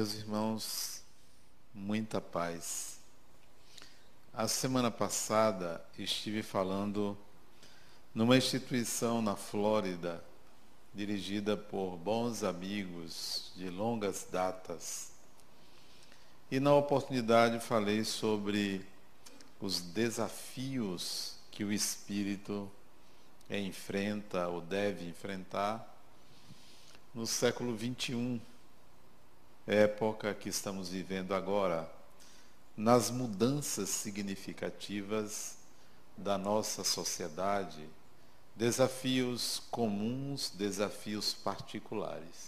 Meus irmãos, muita paz. A semana passada estive falando numa instituição na Flórida, dirigida por bons amigos de longas datas. E na oportunidade falei sobre os desafios que o espírito enfrenta ou deve enfrentar no século XXI, época que estamos vivendo agora, nas mudanças significativas da nossa sociedade, desafios comuns, desafios particulares.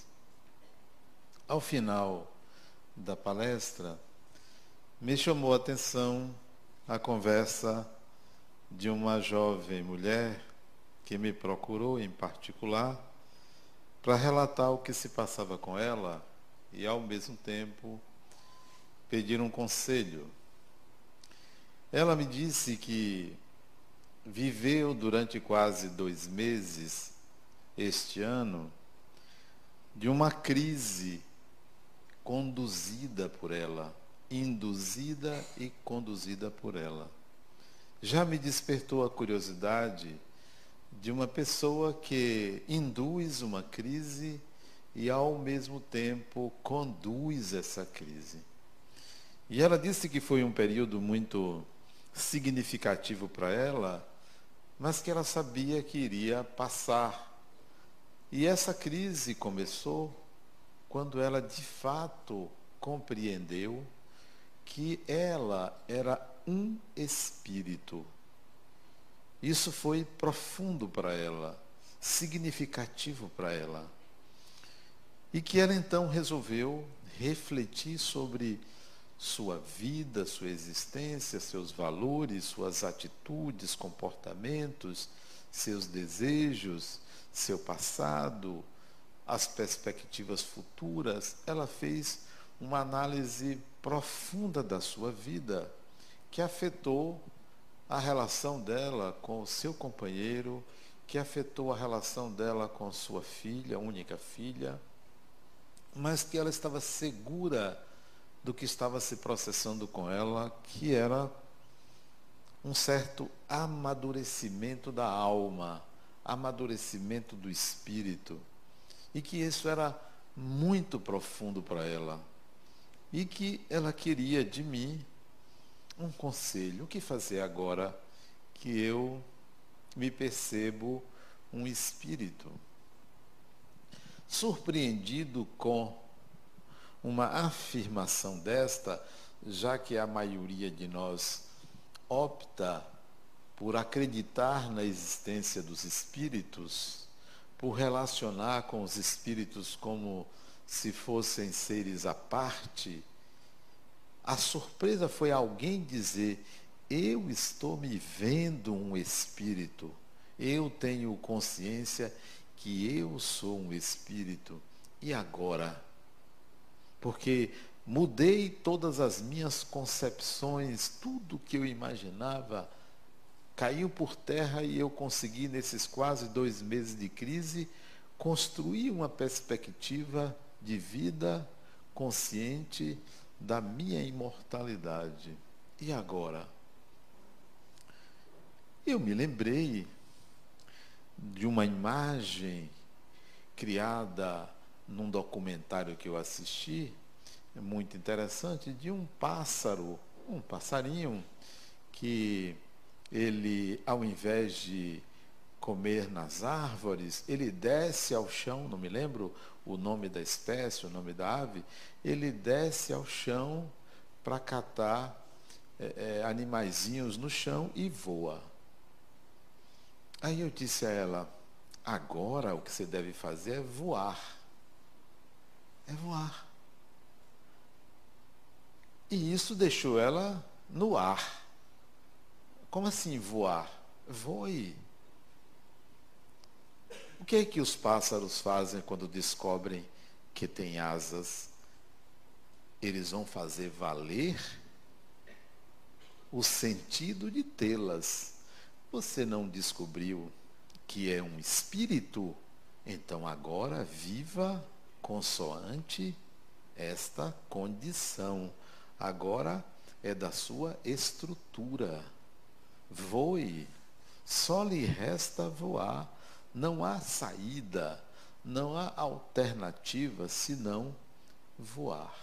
Ao final da palestra, me chamou a atenção a conversa de uma jovem mulher que me procurou em particular para relatar o que se passava com ela e, ao mesmo tempo, pedir um conselho. Ela me disse que viveu durante quase 2 meses, este ano, de uma crise conduzida por ela, induzida e conduzida por ela. Já me despertou a curiosidade de uma pessoa que induz uma crise e, ao mesmo tempo, conduz essa crise. E ela disse que foi um período muito significativo para ela, mas que ela sabia que iria passar. E essa crise começou quando ela, de fato, compreendeu que ela era um espírito. Isso foi profundo para ela, significativo para ela. E que ela então resolveu refletir sobre sua vida, sua existência, seus valores, suas atitudes, comportamentos, seus desejos, seu passado, as perspectivas futuras. Ela fez uma análise profunda da sua vida, que afetou a relação dela com o seu companheiro, que afetou a relação dela com sua filha, única filha, mas que ela estava segura do que estava se processando com ela, que era um certo amadurecimento da alma, amadurecimento do espírito, e que isso era muito profundo para ela, e que ela queria de mim um conselho. O que fazer agora que eu me percebo um espírito? Surpreendido com uma afirmação desta, já que a maioria de nós opta por acreditar na existência dos espíritos, por relacionar com os espíritos como se fossem seres à parte, a surpresa foi alguém dizer: eu estou me vendo um espírito, eu tenho consciência que eu sou um espírito. E agora? Porque mudei todas as minhas concepções, tudo que eu imaginava caiu por terra e eu consegui, nesses quase 2 meses de crise, construir uma perspectiva de vida consciente da minha imortalidade. E agora? Eu me lembrei de uma imagem criada num documentário que eu assisti, muito interessante, de um pássaro, um passarinho, que ele, ao invés de comer nas árvores, ele desce ao chão, não me lembro o nome da espécie, o nome da ave, ele desce ao chão para catar animaizinhos no chão e voa. Aí eu disse a ela: agora o que você deve fazer é voar. É voar. E isso deixou ela no ar. Como assim voar? Voe. O que é que os pássaros fazem quando descobrem que têm asas? Eles vão fazer valer o sentido de tê-las. Você não descobriu que é um espírito? Então agora viva consoante esta condição. Agora é da sua estrutura. Voe. Só lhe resta voar. Não há saída, não há alternativa senão voar.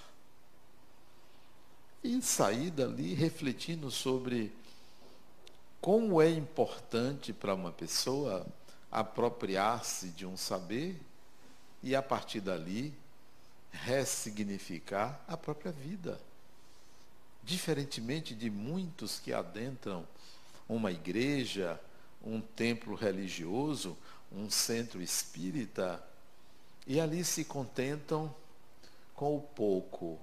E saí dali refletindo sobre como é importante para uma pessoa apropriar-se de um saber e, a partir dali, ressignificar a própria vida. Diferentemente de muitos que adentram uma igreja, um templo religioso, um centro espírita, e ali se contentam com o pouco,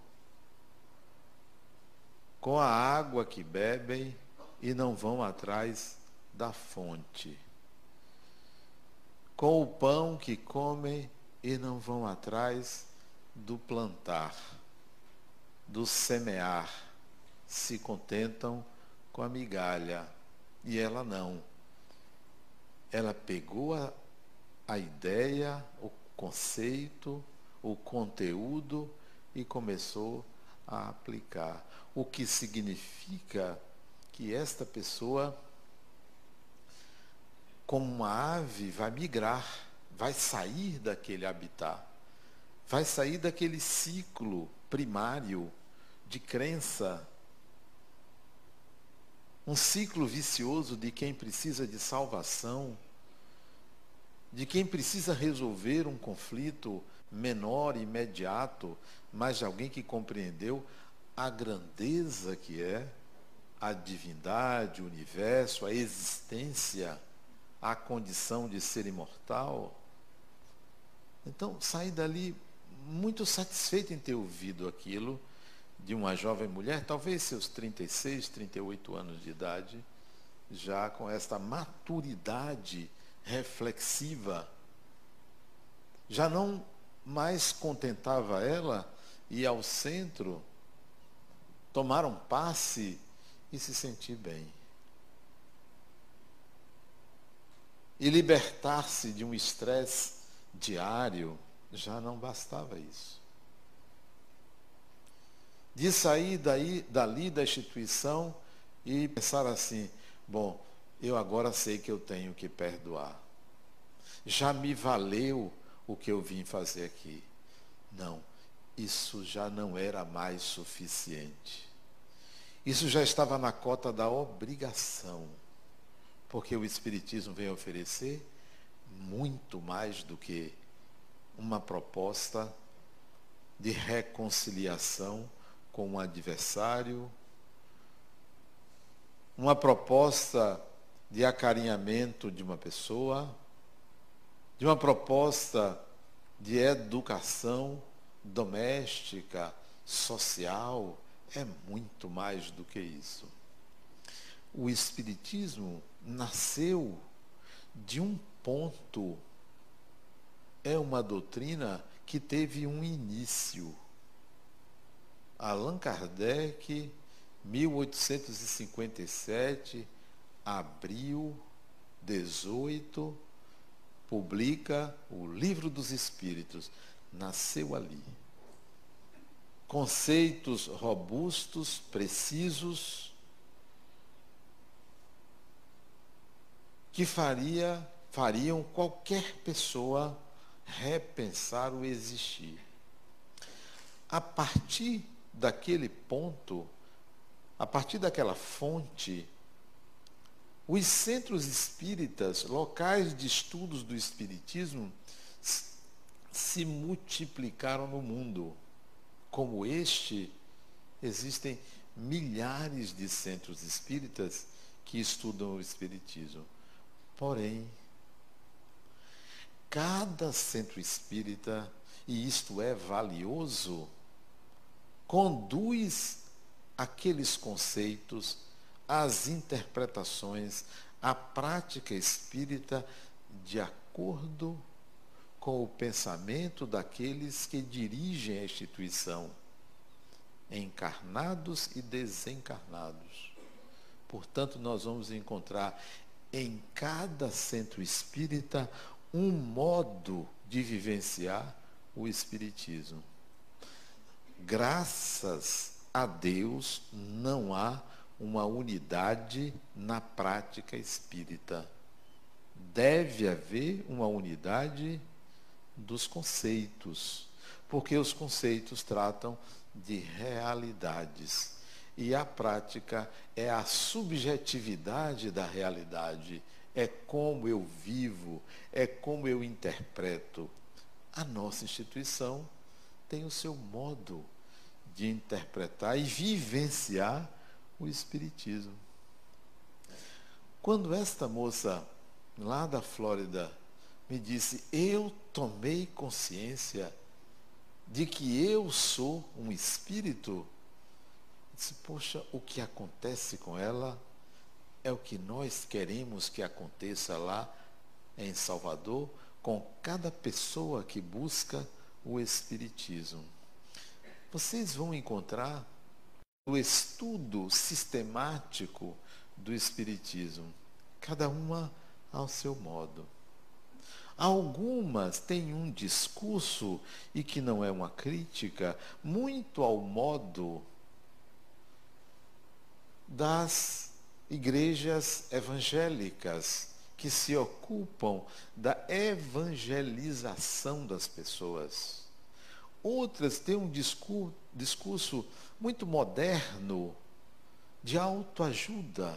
com a água que bebem e não vão atrás da fonte, com o pão que comem e não vão atrás do plantar, do semear, se contentam com a migalha. E ela não. Ela pegou a ideia, o conceito, o conteúdo e começou a aplicar. O que significa que esta pessoa, como uma ave, vai migrar, vai sair daquele habitat, vai sair daquele ciclo primário de crença, um ciclo vicioso de quem precisa de salvação, de quem precisa resolver um conflito menor, imediato, mas de alguém que compreendeu a grandeza que é a divindade, o universo, a existência, a condição de ser imortal. Então, saí dali muito satisfeito em ter ouvido aquilo de uma jovem mulher, talvez seus 36, 38 anos de idade, já com esta maturidade reflexiva. Já não mais contentava ela ir ao centro, tomar um passe e se sentir bem. E libertar-se de um estresse diário, já não bastava isso. De sair dali da instituição e pensar assim, bom, eu agora sei que eu tenho que perdoar. Já me valeu o que eu vim fazer aqui. Não, isso já não era mais suficiente. Isso já estava na cota da obrigação, porque o Espiritismo vem oferecer muito mais do que uma proposta de reconciliação com um adversário, uma proposta de acarinhamento de uma pessoa, de uma proposta de educação doméstica, social, é muito mais do que isso. O Espiritismo nasceu de um ponto, é uma doutrina que teve um início. Allan Kardec, 1857, abril 18, publica o Livro dos Espíritos. Nasceu ali. Conceitos robustos, precisos, que fariam qualquer pessoa repensar o existir. A partir daquele ponto, a partir daquela fonte, os centros espíritas, locais de estudos do espiritismo, se multiplicaram no mundo. Como este, existem milhares de centros espíritas que estudam o espiritismo. Porém, cada centro espírita, e isto é valioso, conduz aqueles conceitos, as interpretações, a prática espírita de acordo com o pensamento daqueles que dirigem a instituição, encarnados e desencarnados. Portanto, nós vamos encontrar em cada centro espírita um modo de vivenciar o espiritismo. graças a Deus, não há uma unidade na prática espírita. Deve haver uma unidade dos conceitos, porque os conceitos tratam de realidades. E a prática é a subjetividade da realidade, é como eu vivo, é como eu interpreto. A nossa instituição tem o seu modo de interpretar e vivenciar o Espiritismo. Quando esta moça lá da Flórida me disse, eu tomei consciência de que eu sou um espírito, eu disse, poxa, o que acontece com ela é o que nós queremos que aconteça lá em Salvador com cada pessoa que busca o Espiritismo. Vocês vão encontrar o estudo sistemático do Espiritismo, cada uma ao seu modo. Algumas têm um discurso, e que não é uma crítica, muito ao modo das igrejas evangélicas, que se ocupam da evangelização das pessoas. Outras têm um discurso muito moderno de autoajuda,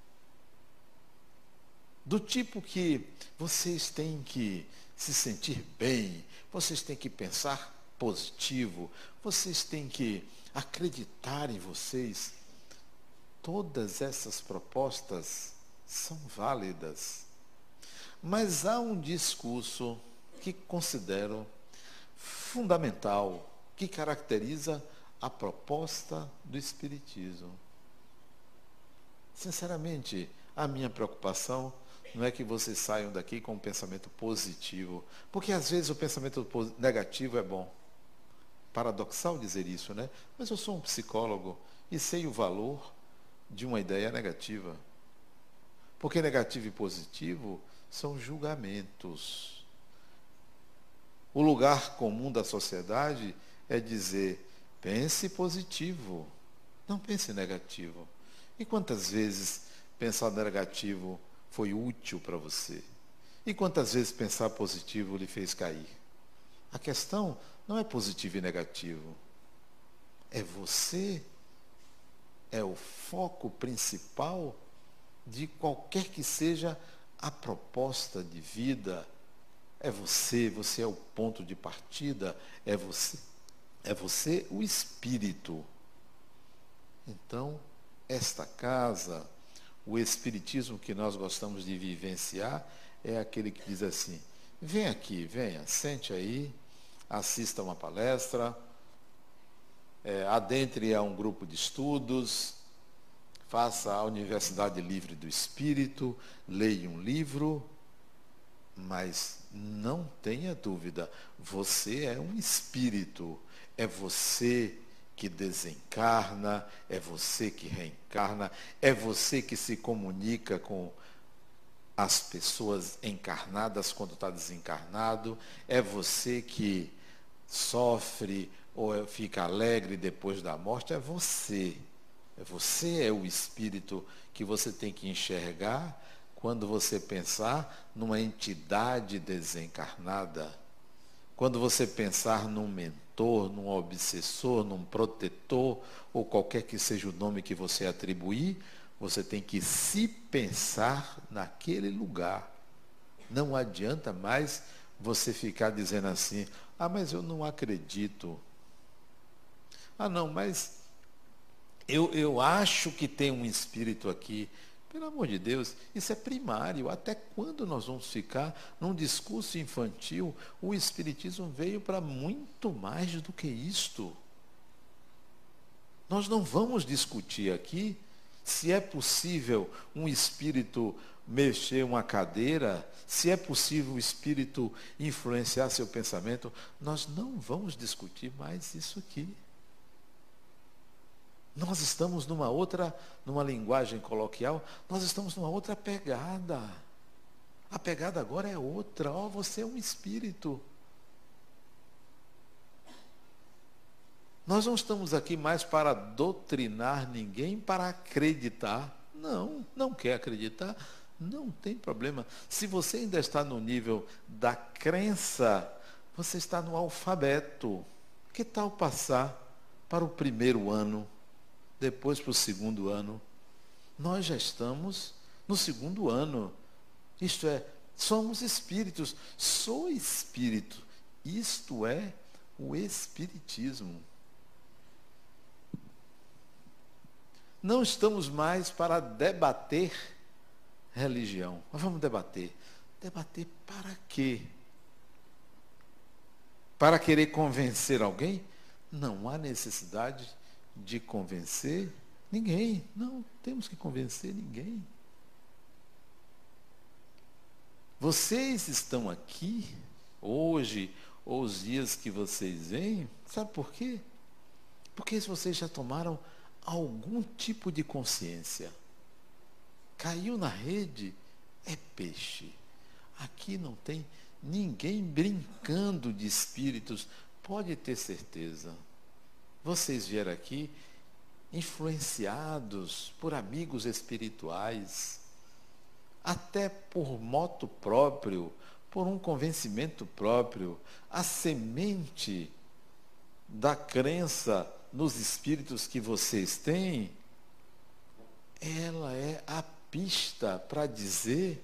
do tipo que vocês têm que se sentir bem, vocês têm que pensar positivo, vocês têm que acreditar em vocês. Todas essas propostas são válidas, mas há um discurso que considero fundamental, que caracteriza a proposta do Espiritismo. Sinceramente, a minha preocupação não é que vocês saiam daqui com um pensamento positivo, porque às vezes o pensamento negativo é bom. Paradoxal dizer isso, né? Mas eu sou um psicólogo e sei o valor de uma ideia negativa. Porque negativo e positivo são julgamentos. O lugar comum da sociedade é dizer, pense positivo, não pense negativo. E quantas vezes pensar negativo foi útil para você? E quantas vezes pensar positivo lhe fez cair? A questão não é positivo e negativo. É você, é o foco principal de qualquer que seja a proposta de vida. É você é o ponto de partida, é você o espírito. Então, esta casa, o espiritismo que nós gostamos de vivenciar, é aquele que diz assim, vem aqui, venha, sente aí, assista uma palestra, adentre a um grupo de estudos, faça a Universidade Livre do Espírito, leia um livro, mas não tenha dúvida, você é um espírito, é você que desencarna, é você que reencarna, é você que se comunica com as pessoas encarnadas quando está desencarnado, é você que sofre ou fica alegre depois da morte, é você. Você é o espírito que você tem que enxergar quando você pensar numa entidade desencarnada. Quando você pensar num mentor, num obsessor, num protetor, ou qualquer que seja o nome que você atribuir, você tem que se pensar naquele lugar. Não adianta mais você ficar dizendo assim, mas eu não acredito. Não, mas eu acho que tem um espírito aqui. Pelo amor de Deus, isso é primário. Até quando nós vamos ficar num discurso infantil? O Espiritismo veio para muito mais do que isto. Nós não vamos discutir aqui se é possível um espírito mexer uma cadeira, se é possível o espírito influenciar seu pensamento. Nós não vamos discutir mais isso aqui. Nós estamos numa linguagem coloquial, nós estamos numa outra pegada. A pegada agora é outra. Você é um espírito. Nós não estamos aqui mais para doutrinar ninguém, para acreditar. Não, não quer acreditar? Não tem problema. Se você ainda está no nível da crença, você está no alfabeto. Que tal passar para o primeiro ano, depois para o segundo ano? Nós já estamos no segundo ano. Isto é, somos espíritos. Sou espírito. Isto é o espiritismo. Não estamos mais para debater religião. Mas vamos debater. Debater para quê? Para querer convencer alguém? Não há necessidade de convencer ninguém. Não temos que convencer ninguém. Vocês estão aqui hoje, ou os dias que vocês vêm, sabe por quê? Porque se vocês já tomaram algum tipo de consciência, caiu na rede, é peixe. Aqui não tem ninguém brincando de espíritos, pode ter certeza. Vocês vieram aqui influenciados por amigos espirituais, até por moto próprio, por um convencimento próprio. A semente da crença nos espíritos que vocês têm, ela é a pista para dizer,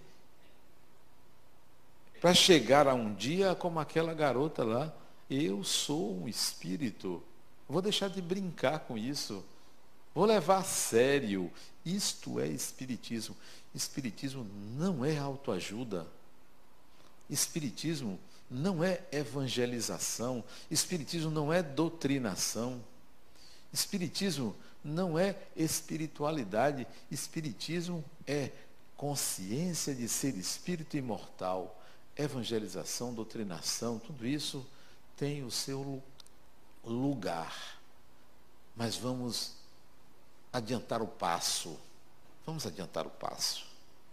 para chegar a um dia como aquela garota lá, eu sou um espírito, vou deixar de brincar com isso, vou levar a sério, isto é espiritismo. Espiritismo não é autoajuda, espiritismo não é evangelização, espiritismo não é doutrinação, espiritismo não é espiritualidade, espiritismo é consciência de ser espírito imortal. Evangelização, doutrinação, tudo isso tem o seu lugar. Mas vamos adiantar o passo. Vamos adiantar o passo.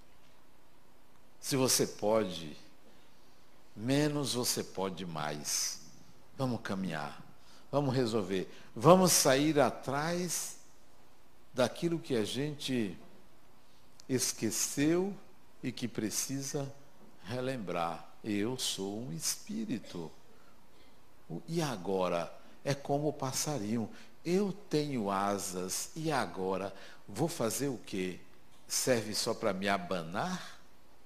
Se você pode, menos você pode mais. Vamos caminhar. Vamos resolver. Vamos sair atrás daquilo que a gente esqueceu e que precisa relembrar. Eu sou um espírito. E agora? É como o passarinho. Eu tenho asas e agora vou fazer o quê? Serve só para me abanar?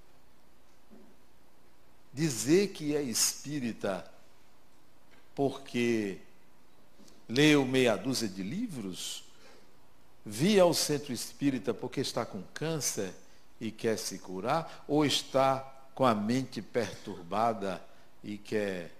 Dizer que é espírita porque leu meia dúzia de livros? Via ao centro espírita porque está com câncer e quer se curar? Ou está com a mente perturbada e quer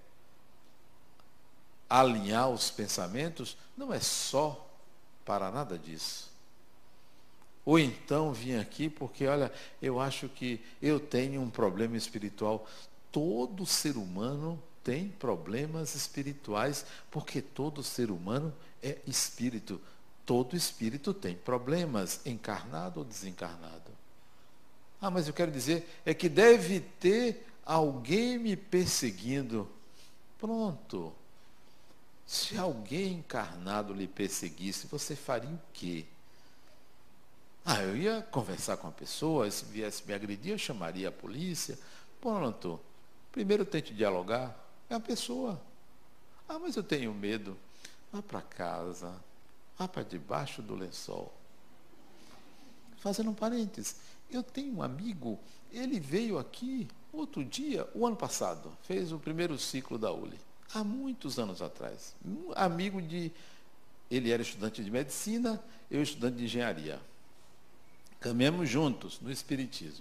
alinhar os pensamentos? Não é só para nada disso. Ou então vim aqui porque, olha, eu acho que eu tenho um problema espiritual. Todo ser humano tem problemas espirituais, porque todo ser humano é espírito. Todo espírito tem problemas, encarnado ou desencarnado. Ah, mas eu quero dizer, é que deve ter alguém me perseguindo. Pronto. Se alguém encarnado lhe perseguisse, você faria o quê? Ah, eu ia conversar com a pessoa, se viesse me agredir, eu chamaria a polícia. Pronto. Primeiro tente dialogar. É a pessoa. Ah, mas eu tenho medo. Vá para casa. Vá para debaixo do lençol. Fazendo um parênteses. Eu tenho um amigo, ele veio aqui outro dia, o ano passado, fez o primeiro ciclo da ULI. Há muitos anos atrás. Um amigo de... Ele era estudante de medicina, eu estudante de engenharia. Caminhamos juntos no espiritismo.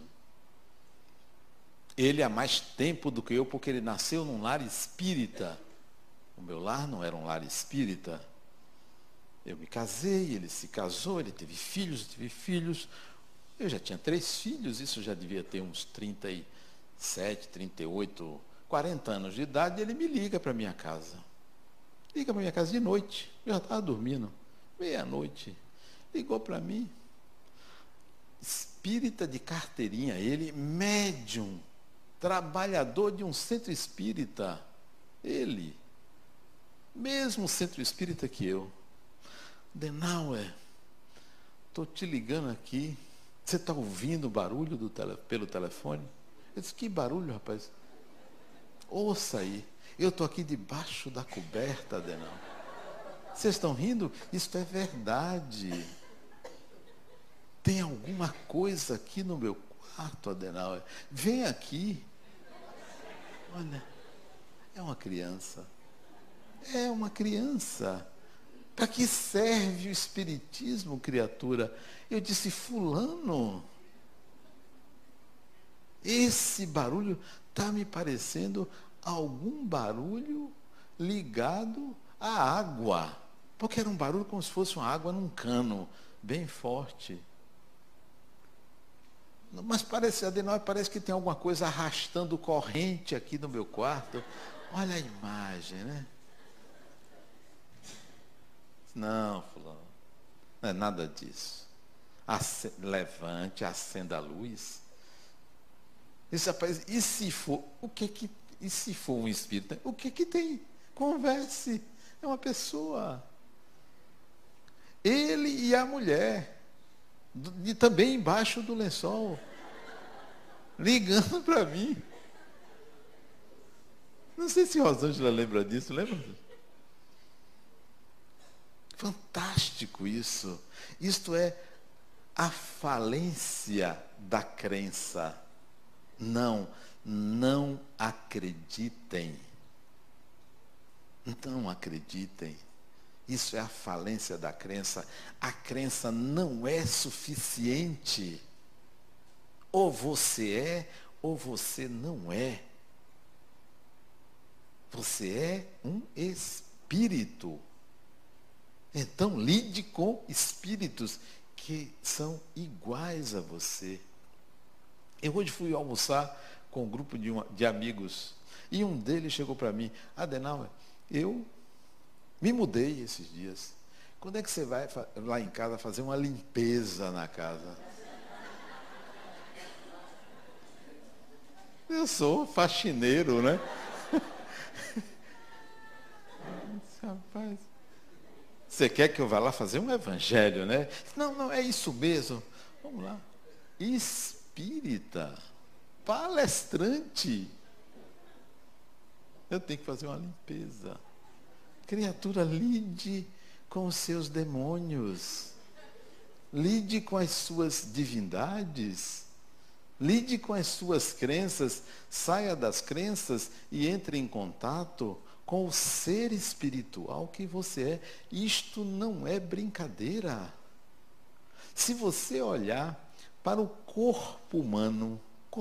Ele há mais tempo do que eu, porque ele nasceu num lar espírita. O meu lar não era um lar espírita. Eu me casei, ele se casou, ele teve filhos, eu tive filhos. Eu já tinha 3 filhos, isso já devia ter uns 37, 38, 40 anos de idade, ele me liga para minha casa. Liga para minha casa de noite, eu já estava dormindo, meia-noite. Ligou para mim. Espírita de carteirinha, ele, médium, trabalhador de um centro espírita. Ele. mesmo centro espírita que eu. Adenauer, estou te ligando aqui, você está ouvindo o barulho pelo telefone? Eu disse, que barulho, rapaz? Ouça aí, eu estou aqui debaixo da coberta, Adenauer. Vocês estão rindo? Isso é verdade. Tem alguma coisa aqui no meu quarto, Adenauer. Vem aqui. Olha, é uma criança. É uma criança. Para que serve o espiritismo, criatura? Eu disse, fulano, esse barulho está me parecendo algum barulho ligado à água. Porque era um barulho como se fosse uma água num cano, bem forte. Mas parece, Adenauer, parece que tem alguma coisa arrastando corrente aqui no meu quarto. Olha a imagem, né? Não, fulano, não é nada disso. Levante, acenda a luz. Esse rapaz, e se for, e se for um espírito? O que tem? Converse. É uma pessoa. Ele e a mulher, e também embaixo do lençol, ligando para mim. Não sei se Rosângela lembra disso, lembra? Fantástico isso. Isto é a falência da crença. Não acreditem. Não acreditem. Isso é a falência da crença. A crença não é suficiente. Ou você é, ou você não é. Você é um espírito. Então, lide com espíritos que são iguais a você. Eu hoje fui almoçar com um grupo de amigos e um deles chegou para mim, Adenauer, eu me mudei esses dias. Quando é que você vai lá em casa fazer uma limpeza na casa? Eu sou faxineiro, né? Rapaz, você quer que eu vá lá fazer um evangelho, né? Não, é isso mesmo. Vamos lá. Espírita, palestrante. Eu tenho que fazer uma limpeza. Criatura, lide com os seus demônios. Lide com as suas divindades. Lide com as suas crenças. Saia das crenças e entre em contato com o ser espiritual que você é. Isto não é brincadeira. Se você olhar para o corpo humano,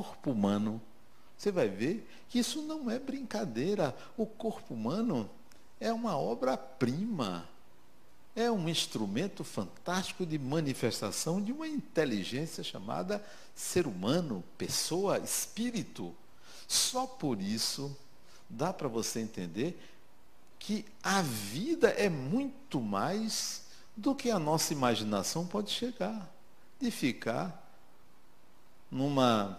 você vai ver que isso não é brincadeira. O corpo humano é uma obra-prima. É um instrumento fantástico de manifestação de uma inteligência chamada ser humano, pessoa, espírito. Só por isso dá para você entender que a vida é muito mais do que a nossa imaginação pode chegar, de ficar numa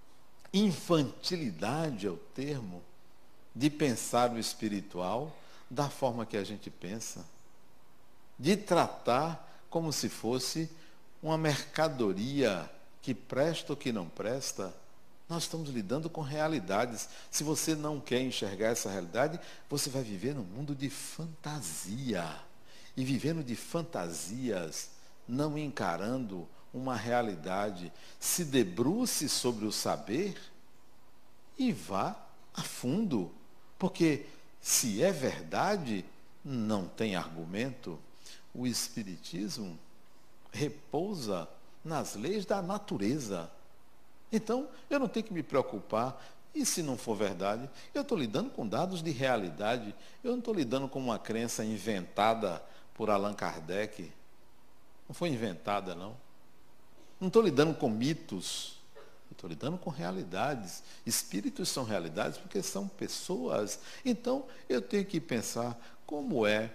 infantilidade, é o termo, de pensar o espiritual da forma que a gente pensa, de tratar como se fosse uma mercadoria que presta ou que não presta. Nós estamos lidando com realidades. Se você não quer enxergar essa realidade, você vai viver num mundo de fantasia. E vivendo de fantasias, não encarando uma realidade, se debruce sobre o saber e vá a fundo. Porque se é verdade, não tem argumento. O Espiritismo repousa nas leis da natureza. Então, eu não tenho que me preocupar. E se não for verdade? Eu estou lidando com dados de realidade. Eu não estou lidando com uma crença inventada por Allan Kardec. Não foi inventada, não. Não estou lidando com mitos. Eu estou lidando com realidades. Espíritos são realidades porque são pessoas. Então, eu tenho que pensar como é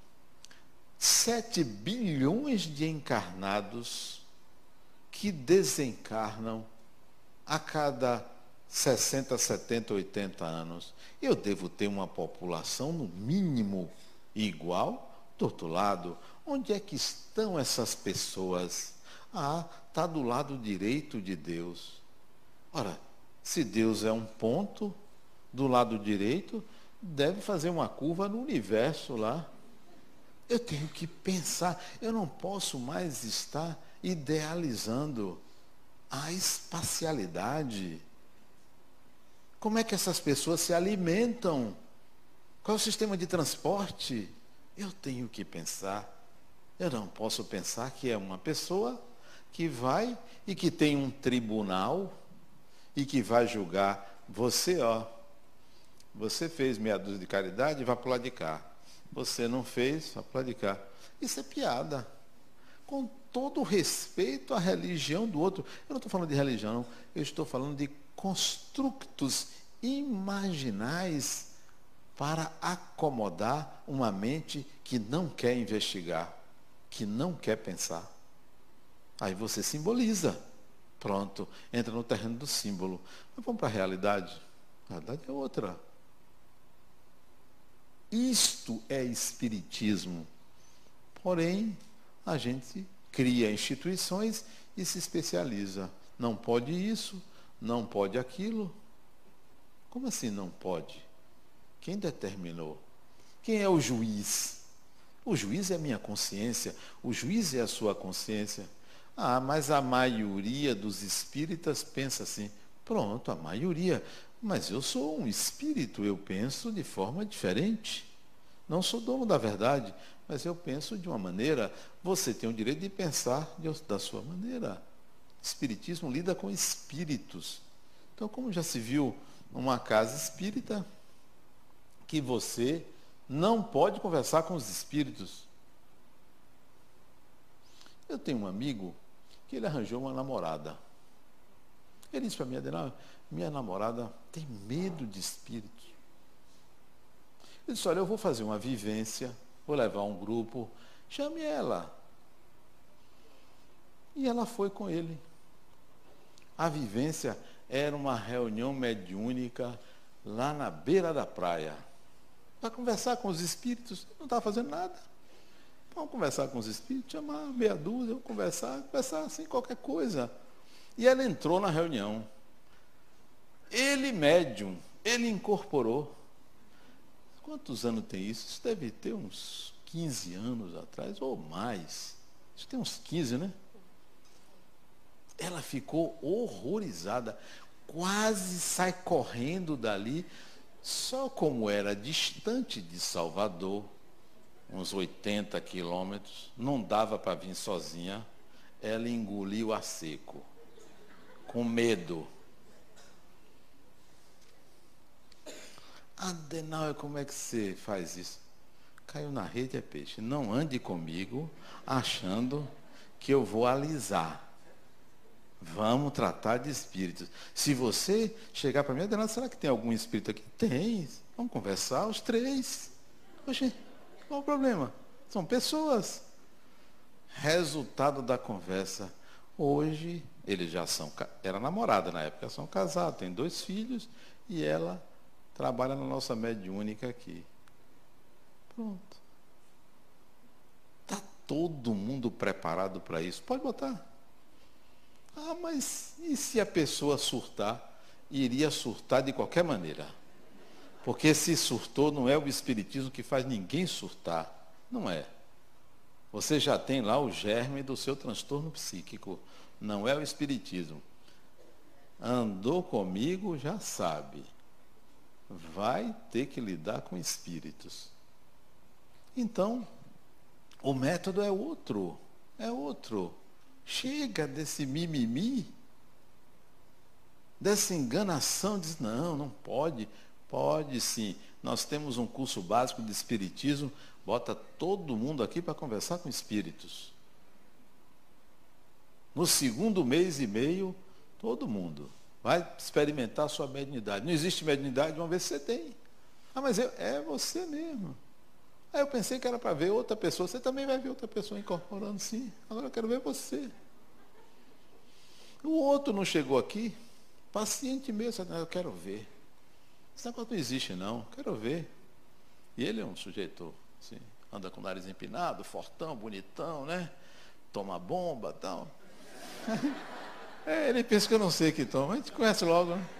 7 bilhões de encarnados que desencarnam a cada 60, 70, 80 anos. Eu devo ter uma população, no mínimo, igual do outro lado. Onde é que estão essas pessoas? Ah, está do lado direito de Deus. Ora, se Deus é um ponto, do lado direito, deve fazer uma curva no universo lá. Eu tenho que pensar, eu não posso mais estar idealizando a espacialidade. Como é que essas pessoas se alimentam? Qual é o sistema de transporte? Eu tenho que pensar. Eu não posso pensar que é uma pessoa que vai e que tem um tribunal e que vai julgar você, ó. Você fez meia dúzia de caridade, vai para o lado de cá. Você não fez, vai para o lado de cá. Isso é piada. Com todo o respeito à religião do outro. Eu não estou falando de religião, não. Eu estou falando de construtos imaginais para acomodar uma mente que não quer investigar, que não quer pensar. Aí você simboliza. Pronto, entra no terreno do símbolo. Mas vamos para a realidade. A realidade é outra. Isto é espiritismo. Porém, a gente cria instituições e se especializa. Não pode isso, não pode aquilo. Como assim não pode? Quem determinou? Quem é o juiz? O juiz é a minha consciência, o juiz é a sua consciência. Ah, mas a maioria dos espíritas pensa assim. Pronto, a maioria. Mas eu sou um espírito, eu penso de forma diferente. Não sou dono da verdade, mas eu penso de uma maneira. Você tem o direito de pensar da sua maneira. O espiritismo lida com espíritos. Então, como já se viu numa casa espírita, que você não pode conversar com os espíritos. Eu tenho um amigo que ele arranjou uma namorada. Ele disse para mim, Adenauer, minha namorada tem medo de espíritos. Ele disse, olha, eu vou fazer uma vivência, vou levar um grupo, chame ela. E ela foi com ele. A vivência era uma reunião mediúnica lá na beira da praia. Para conversar com os espíritos, não estava fazendo nada. Vamos conversar com os espíritos, chamar meia dúzia, vamos conversar assim, qualquer coisa. E ela entrou na reunião. Ele, médium, ele incorporou. Quantos anos tem isso? Isso deve ter uns 15 anos atrás, ou mais. Isso tem uns 15, né? Ela ficou horrorizada, quase sai correndo dali. Só como era distante de Salvador, uns 80 quilômetros, não dava para vir sozinha, ela engoliu a seco, com medo. Adenauer, como é que você faz isso? Caiu na rede é peixe. Não ande comigo achando que eu vou alisar. Vamos tratar de espíritos. Se você chegar para mim, Adenauer, será que tem algum espírito aqui? Tem. Vamos conversar os três. Oxe, qual o problema? São pessoas. Resultado da conversa. Hoje, eles já são... Era namorada na época, são casados, têm 2 filhos e ela trabalha na nossa mediúnica aqui. Pronto. Está todo mundo preparado para isso? Pode botar. Ah, mas e se a pessoa surtar? Iria surtar de qualquer maneira. Porque se surtou, não é o espiritismo que faz ninguém surtar. Não é. Você já tem lá o germe do seu transtorno psíquico. Não é o espiritismo. Andou comigo, já sabe. Vai ter que lidar com espíritos. Então, o método é outro. É outro. Chega desse mimimi, dessa enganação, diz, não, não pode. Pode sim. Nós temos um curso básico de espiritismo, bota todo mundo aqui para conversar com espíritos. No 2º mês e meio, todo mundo vai experimentar a sua mediunidade. Não existe mediunidade, vamos ver se você tem. Ah, mas é você mesmo. Aí eu pensei que era para ver outra pessoa. Você também vai ver outra pessoa incorporando, sim. Agora eu quero ver você. O outro não chegou aqui, paciente mesmo, eu quero ver. Esse negócio não existe, não. Quero ver. E ele é um sujeito Sim. Anda com o nariz empinado, fortão, bonitão, né? Toma bomba e tal. Ele pensa que eu não sei que toma, a gente conhece logo, né?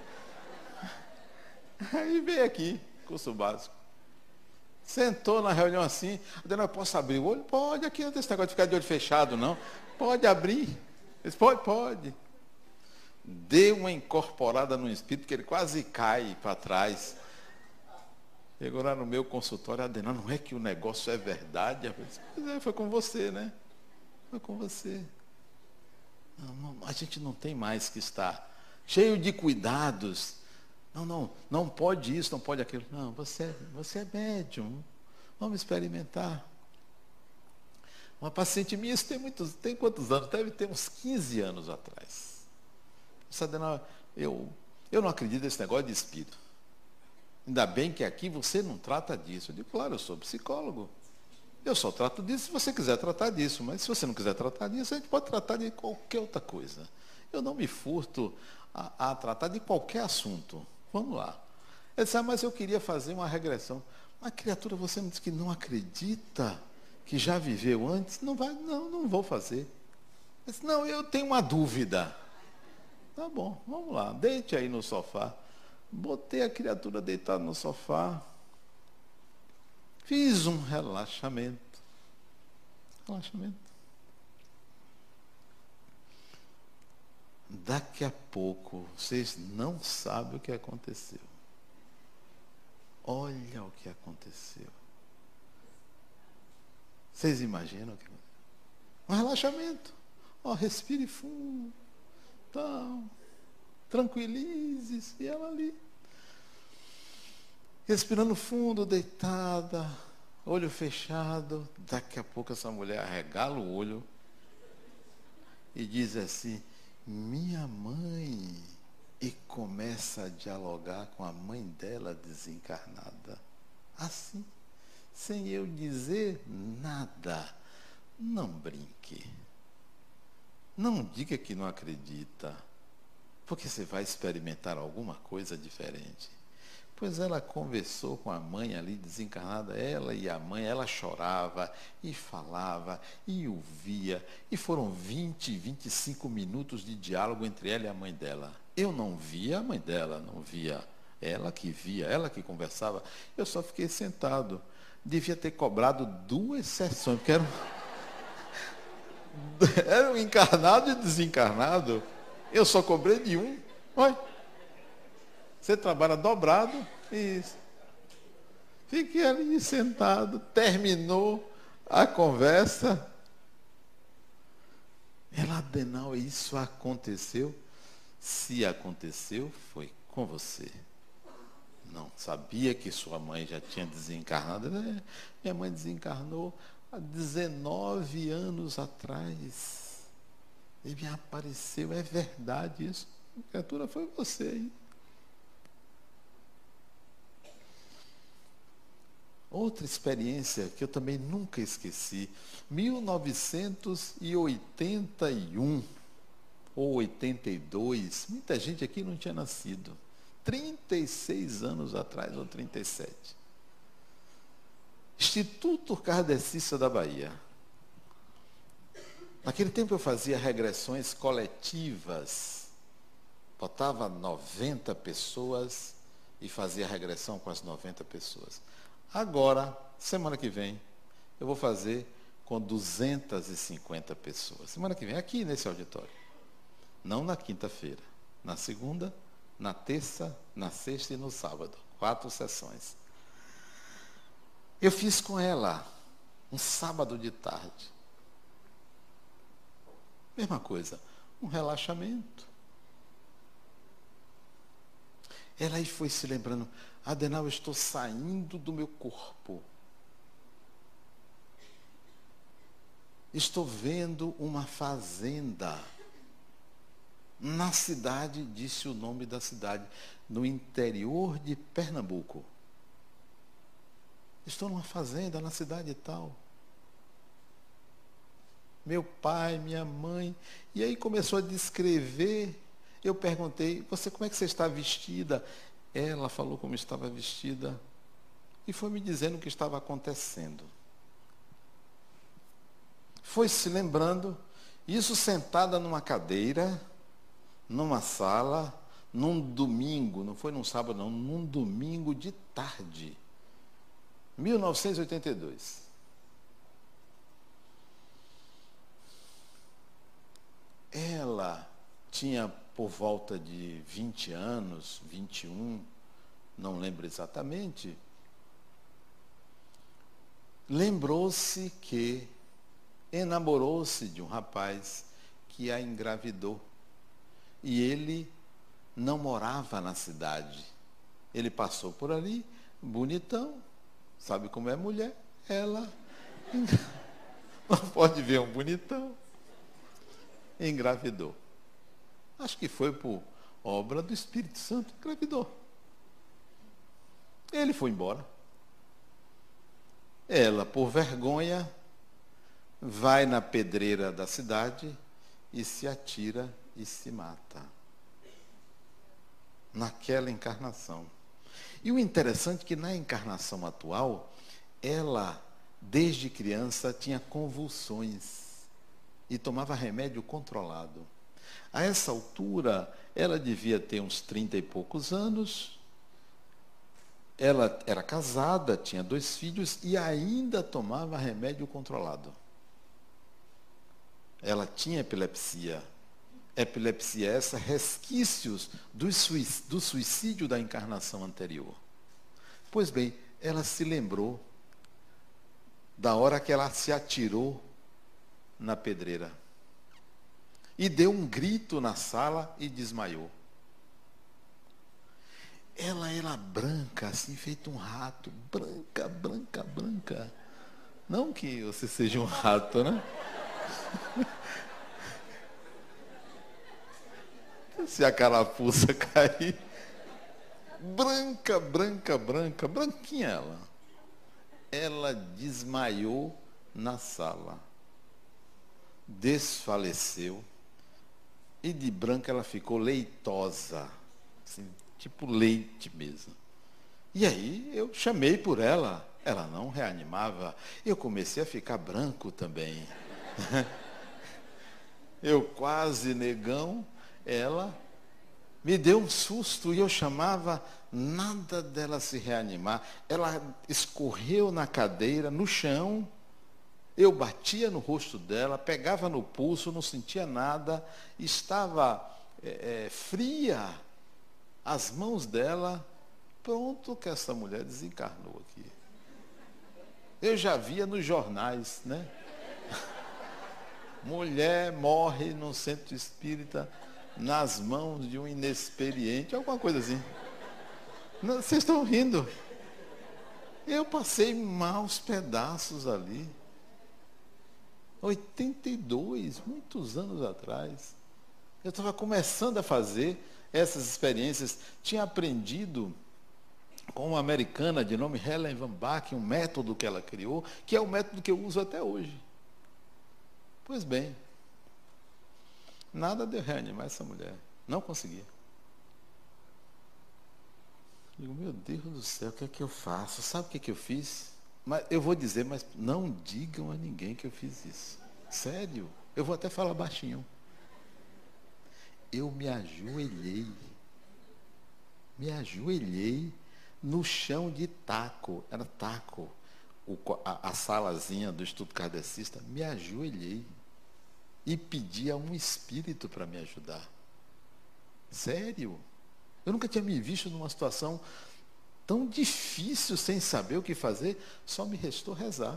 Aí veio aqui, curso básico. Sentou na reunião assim, Adenauer, posso abrir o olho? Pode, aqui não tem esse negócio de ficar de olho fechado, não. Pode abrir. Ele disse, pode. Deu uma incorporada no espírito, que ele quase cai para trás. Chegou lá no meu consultório, Adenauer, não é que o negócio é verdade? Eu disse, pois é, foi com você, né? Foi com você. Não, a gente não tem mais que estar cheio de cuidados. Não pode isso, não pode aquilo. Não, você é médium. Vamos experimentar. Uma paciente minha, isso tem quantos anos? Deve ter uns 15 anos atrás. Adenauer, eu não acredito nesse negócio de espírito. Ainda bem que aqui você não trata disso. Eu digo, claro, eu sou psicólogo. Eu só trato disso se você quiser tratar disso. Mas se você não quiser tratar disso, a gente pode tratar de qualquer outra coisa. Eu não me furto a tratar de qualquer assunto. Vamos lá. Ele disse, mas eu queria fazer uma regressão. Mas, criatura, você me disse que não acredita que já viveu antes? Não vou fazer. Ele disse, não, eu tenho uma dúvida. Tá bom, vamos lá. Deite aí no sofá. Botei a criatura deitada no sofá. Fiz um relaxamento. Daqui a pouco, vocês não sabem o que aconteceu. Olha o que aconteceu. Vocês imaginam o que aconteceu? Um relaxamento. Respire fundo. Então, tranquilize-se. E ela ali. Respirando fundo, deitada, olho fechado. Daqui a pouco essa mulher arregala o olho e diz assim, minha mãe, e começa a dialogar com a mãe dela desencarnada. Assim, sem eu dizer nada. Não brinque. Não diga que não acredita, porque você vai experimentar alguma coisa diferente. Pois ela conversou com a mãe ali desencarnada, ela e a mãe, ela chorava e falava e ouvia, e foram 25 minutos de diálogo entre ela e a mãe dela. Eu não via a mãe dela, não via ela que via, ela que conversava, eu só fiquei sentado. Devia ter cobrado 2 sessões, porque era um encarnado e desencarnado, eu só cobrei de um. Olha. Você trabalha dobrado, isso. Fiquei ali sentado, terminou a conversa. Ela, Adenauer, isso aconteceu? Se aconteceu, foi com você. Não, sabia que sua mãe já tinha desencarnado. Minha mãe desencarnou há 19 anos atrás. E me apareceu, é verdade isso. A criatura foi você, hein? Outra experiência que eu também nunca esqueci, 1981 ou 82, muita gente aqui não tinha nascido, 36 anos atrás, ou 37. Instituto Kardecista da Bahia. Naquele tempo eu fazia regressões coletivas, botava 90 pessoas e fazia regressão com as 90 pessoas. Agora, semana que vem, eu vou fazer com 250 pessoas. Semana que vem, aqui nesse auditório. Não na quinta-feira. Na segunda, na terça, na sexta e no sábado. 4 sessões. Eu fiz com ela um sábado de tarde. Mesma coisa, um relaxamento. Ela aí foi se lembrando, Adenauer, eu estou saindo do meu corpo. Estou vendo uma fazenda. Na cidade, disse o nome da cidade, no interior de Pernambuco. Estou numa fazenda na cidade tal. Meu pai, minha mãe. E aí começou a descrever. Eu perguntei, como é que você está vestida? Ela falou como estava vestida. e foi me dizendo o que estava acontecendo. Foi se lembrando, isso sentada numa cadeira, numa sala, num domingo, não foi num sábado não, num domingo de tarde, 1982. Ela tinha por volta de 20 anos, 21, não lembro exatamente. Lembrou-se que enamorou-se de um rapaz que a engravidou. E ele não morava na cidade. Ele passou por ali, bonitão, sabe como é mulher? Ela não pode ver um bonitão. Engravidou. Acho que foi por obra do Espírito Santo, engravidou. Ele foi embora. Ela, por vergonha, vai na pedreira da cidade e se atira e se mata. Naquela encarnação. E o interessante é que na encarnação atual, ela, desde criança, tinha convulsões e tomava remédio controlado. A essa altura, ela devia ter uns 30 e poucos anos. Ela era casada, tinha 2 filhos e ainda tomava remédio controlado. Ela tinha epilepsia. Epilepsia essa, resquícios do suicídio da encarnação anterior. Pois bem, ela se lembrou da hora que ela se atirou na pedreira. E deu um grito na sala e desmaiou. Ela era branca, assim, feito um rato. Branca, branca, branca. Não que você seja um rato, né? Se a carapuça cair. Branca, branca, branca. Branquinha ela. Ela desmaiou na sala. Desfaleceu. E de branca ela ficou leitosa. Assim, tipo leite mesmo. E aí eu chamei por ela. Ela não reanimava. Eu comecei a ficar branco também. Eu quase negão. Ela me deu um susto e eu chamava, nada dela se reanimar. Ela escorreu na cadeira, no chão. Eu batia no rosto dela, pegava no pulso, não sentia nada. Estava fria. As mãos dela, pronto que essa mulher desencarnou aqui. Eu já via nos jornais, né? Mulher morre no centro espírita nas mãos de um inexperiente, alguma coisa assim. Não, vocês estão rindo. Eu passei maus pedaços ali. 82, muitos anos atrás. Eu estava começando a fazer essas experiências. Tinha aprendido com uma americana de nome Helen Van Bach, um método que ela criou, que é o método que eu uso até hoje. Pois bem, nada de reanimar essa mulher. Não conseguia. Digo, meu Deus do céu, o que é que eu faço? Sabe o que é que eu fiz? Mas eu vou dizer, mas não digam a ninguém que eu fiz isso. Sério, eu vou até falar baixinho. Eu me ajoelhei. Me ajoelhei no chão de taco. Era taco. A salazinha do estudo kardecista. Me ajoelhei. E pedi a um espírito para me ajudar. Sério. Eu nunca tinha me visto numa situação tão difícil, sem saber o que fazer, só me restou rezar.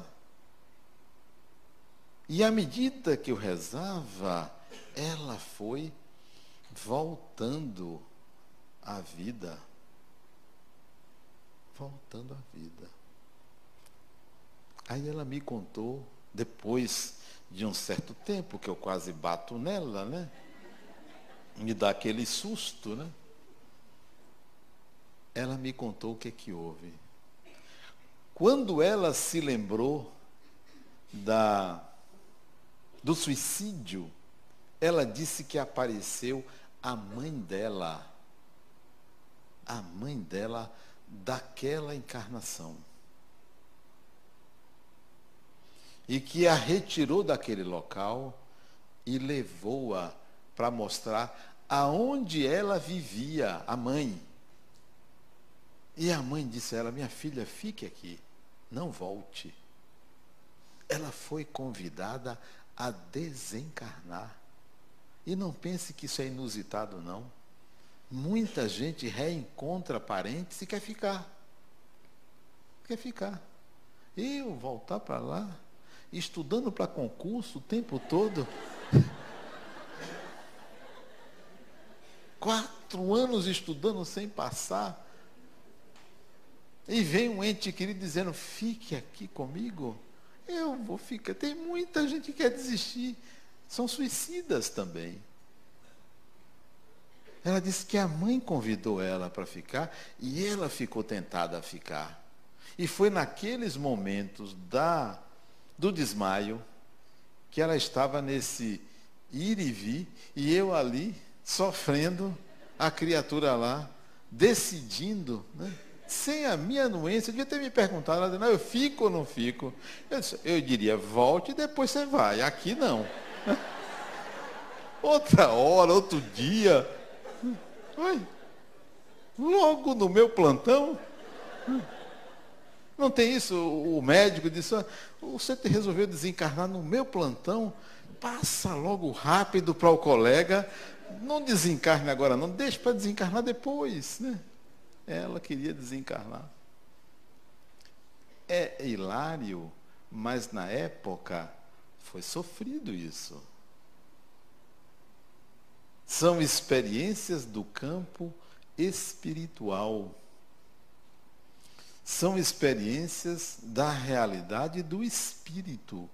E à medida que eu rezava, ela foi voltando à vida. Voltando à vida. Aí ela me contou, depois de um certo tempo, que eu quase bato nela, né? Me dá aquele susto, né? Ela me contou o que é que houve. Quando ela se lembrou do suicídio, ela disse que apareceu a mãe dela daquela encarnação. e que a retirou daquele local e levou-a para mostrar aonde ela vivia, a mãe. E a mãe disse a ela: minha filha, fique aqui, não volte. Ela foi convidada a desencarnar. E não pense que isso é inusitado, não. Muita gente reencontra parentes e quer ficar. Quer ficar. Eu voltar para lá, estudando para concurso o tempo todo. 4 anos estudando sem passar. E vem um ente querido dizendo: fique aqui comigo. Eu vou ficar. Tem muita gente que quer desistir. São suicidas também. Ela disse que a mãe convidou ela para ficar e ela ficou tentada a ficar. E foi naqueles momentos do desmaio que ela estava nesse ir e vir e eu ali sofrendo, a criatura lá decidindo, né? Sem a minha anuência. Eu devia ter me perguntado. Ela disse: não, eu fico ou não fico? Eu diria: volte e depois você vai. Aqui não. Outra hora, outro dia. Vai. Logo no meu plantão. Não tem isso? O médico disse: você resolveu desencarnar no meu plantão? Passa logo rápido para o colega. Não desencarne agora não. Deixa para desencarnar depois, né? Ela queria desencarnar. É hilário, mas na época foi sofrido isso. São experiências do campo espiritual. São experiências da realidade do espírito.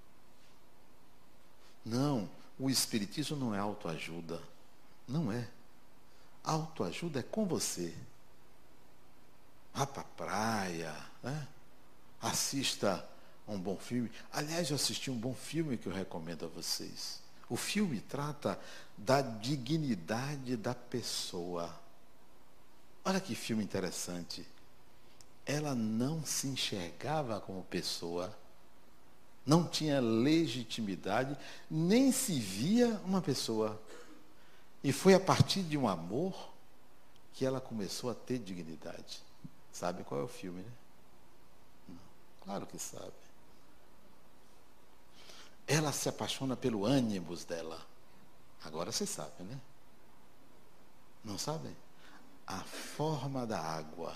Não, o espiritismo não é autoajuda. Não é. Autoajuda é com você. Vá para a praia, né? Assista a um bom filme. Aliás, eu assisti um bom filme que eu recomendo a vocês. O filme trata da dignidade da pessoa. Olha que filme interessante. Ela não se enxergava como pessoa, não tinha legitimidade, nem se via uma pessoa. E foi a partir de um amor que ela começou a ter dignidade. Sabe qual é o filme, né? Não, claro que sabe. Ela se apaixona pelo ânimos dela. Agora você sabe, né? Não sabe? A forma da água.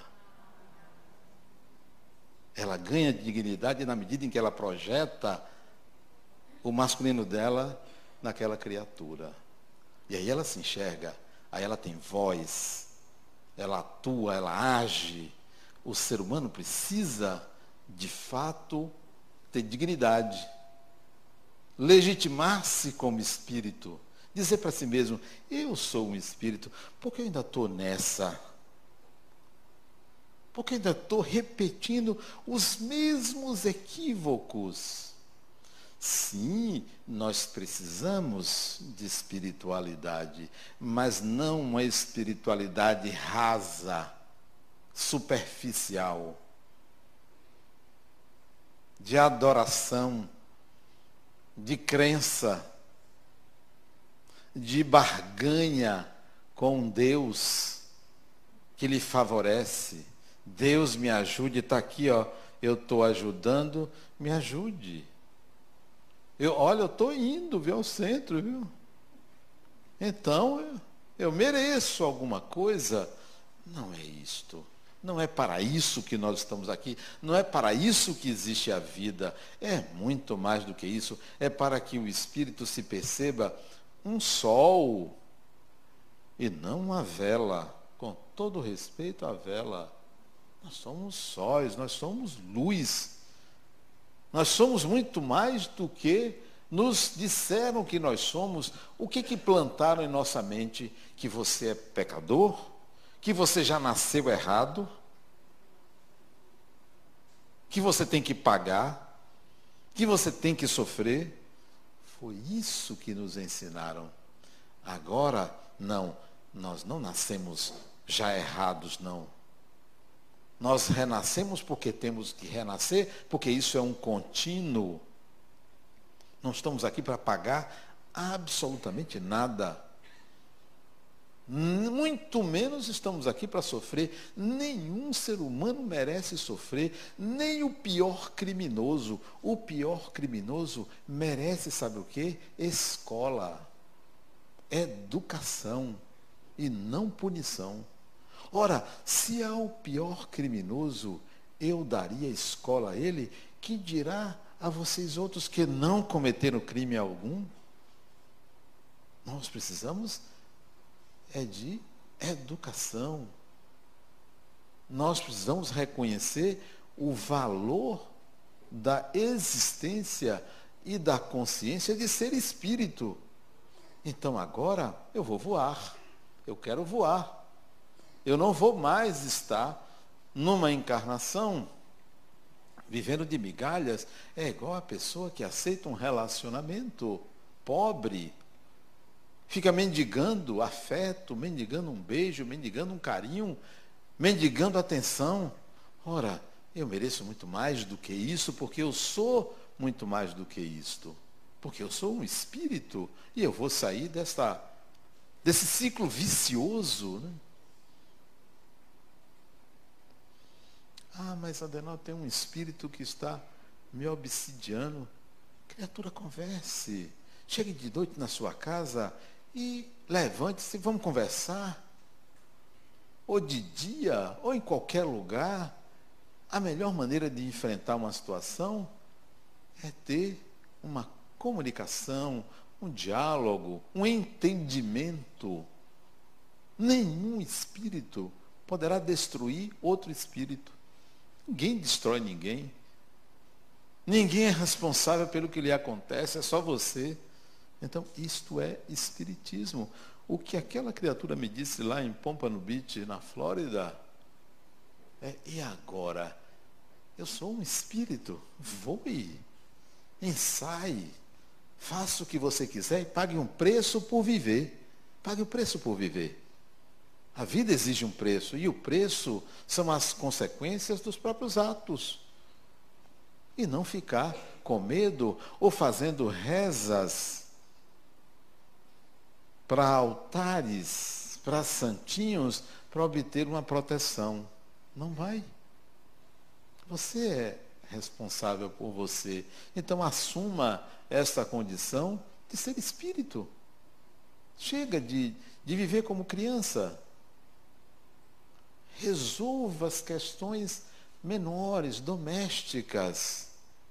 Ela ganha dignidade na medida em que ela projeta o masculino dela naquela criatura. E aí ela se enxerga, aí ela tem voz, ela atua, ela age. O ser humano precisa, de fato, ter dignidade, legitimar-se como espírito, dizer para si mesmo: eu sou um espírito, porque eu ainda estou nessa. Porque ainda estou repetindo os mesmos equívocos. Sim, nós precisamos de espiritualidade, mas não uma espiritualidade rasa, superficial, de adoração, de crença, de barganha com Deus que lhe favorece. Deus me ajude, está aqui, ó, eu estou ajudando, me ajude. Eu estou indo, viu, ao centro, viu? Então, eu mereço alguma coisa. Não é isto. Não é para isso que nós estamos aqui. Não é para isso que existe a vida. É muito mais do que isso. É para que o espírito se perceba um sol e não uma vela. Com todo respeito à vela. Nós somos sóis, nós somos luz. Nós somos muito mais do que nos disseram que nós somos. O que plantaram em nossa mente? Que você é pecador? Que você já nasceu errado? Que você tem que pagar? Que você tem que sofrer? Foi isso que nos ensinaram. Agora, não, nós não nascemos já errados, não. Nós renascemos porque temos que renascer, porque isso é um contínuo. Não estamos aqui para pagar absolutamente nada. Muito menos estamos aqui para sofrer. Nenhum ser humano merece sofrer, nem o pior criminoso. O pior criminoso merece, sabe o quê? Escola, educação e não punição. Ora, se ao pior criminoso eu daria escola a ele, que dirá a vocês outros que não cometeram crime algum? Nós precisamos de educação. Nós precisamos reconhecer o valor da existência e da consciência de ser espírito. Então agora eu vou voar. Eu quero voar. Eu não vou mais estar numa encarnação vivendo de migalhas. É igual a pessoa que aceita um relacionamento pobre, fica mendigando afeto, mendigando um beijo, mendigando um carinho, mendigando atenção. Ora, eu mereço muito mais do que isso, porque eu sou muito mais do que isto. Porque eu sou um espírito e eu vou sair desse ciclo vicioso, né? Ah, mas Adenal, tem um espírito que está me obsidiando. Criatura, converse. Chegue de noite na sua casa e levante-se, vamos conversar. Ou de dia, ou em qualquer lugar. A melhor maneira de enfrentar uma situação é ter uma comunicação, um diálogo, um entendimento. Nenhum espírito poderá destruir outro espírito. Ninguém destrói ninguém. Ninguém é responsável pelo que lhe acontece, é só você. Então, isto é espiritismo. O que aquela criatura me disse lá em Pompano Beach, na Flórida, e agora? Eu sou um espírito. Voe, ensaie, faça o que você quiser e pague um preço por viver. Pague o preço por viver. A vida exige um preço, e o preço são as consequências dos próprios atos. E não ficar com medo ou fazendo rezas para altares, para santinhos, para obter uma proteção. Não vai. Você é responsável por você. Então assuma esta condição de ser espírito. Chega de viver como criança. Resolva as questões menores, domésticas.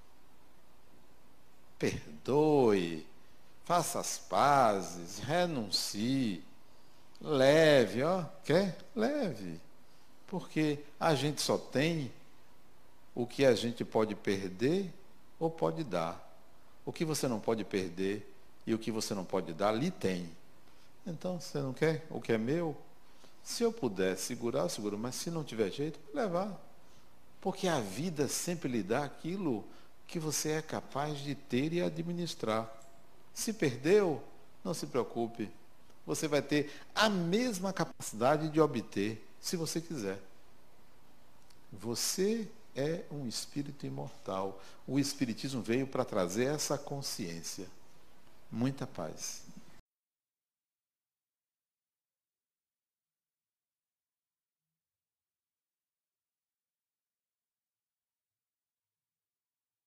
Perdoe, faça as pazes, renuncie. Leve, quer? Leve. Porque a gente só tem o que a gente pode perder ou pode dar. O que você não pode perder e o que você não pode dar, lhe tem. Então, você não quer o que é meu? Se eu puder segurar, eu seguro, mas se não tiver jeito, vou levar. Porque a vida sempre lhe dá aquilo que você é capaz de ter e administrar. Se perdeu, não se preocupe. Você vai ter a mesma capacidade de obter, se você quiser. Você é um espírito imortal. O espiritismo veio para trazer essa consciência. Muita paz.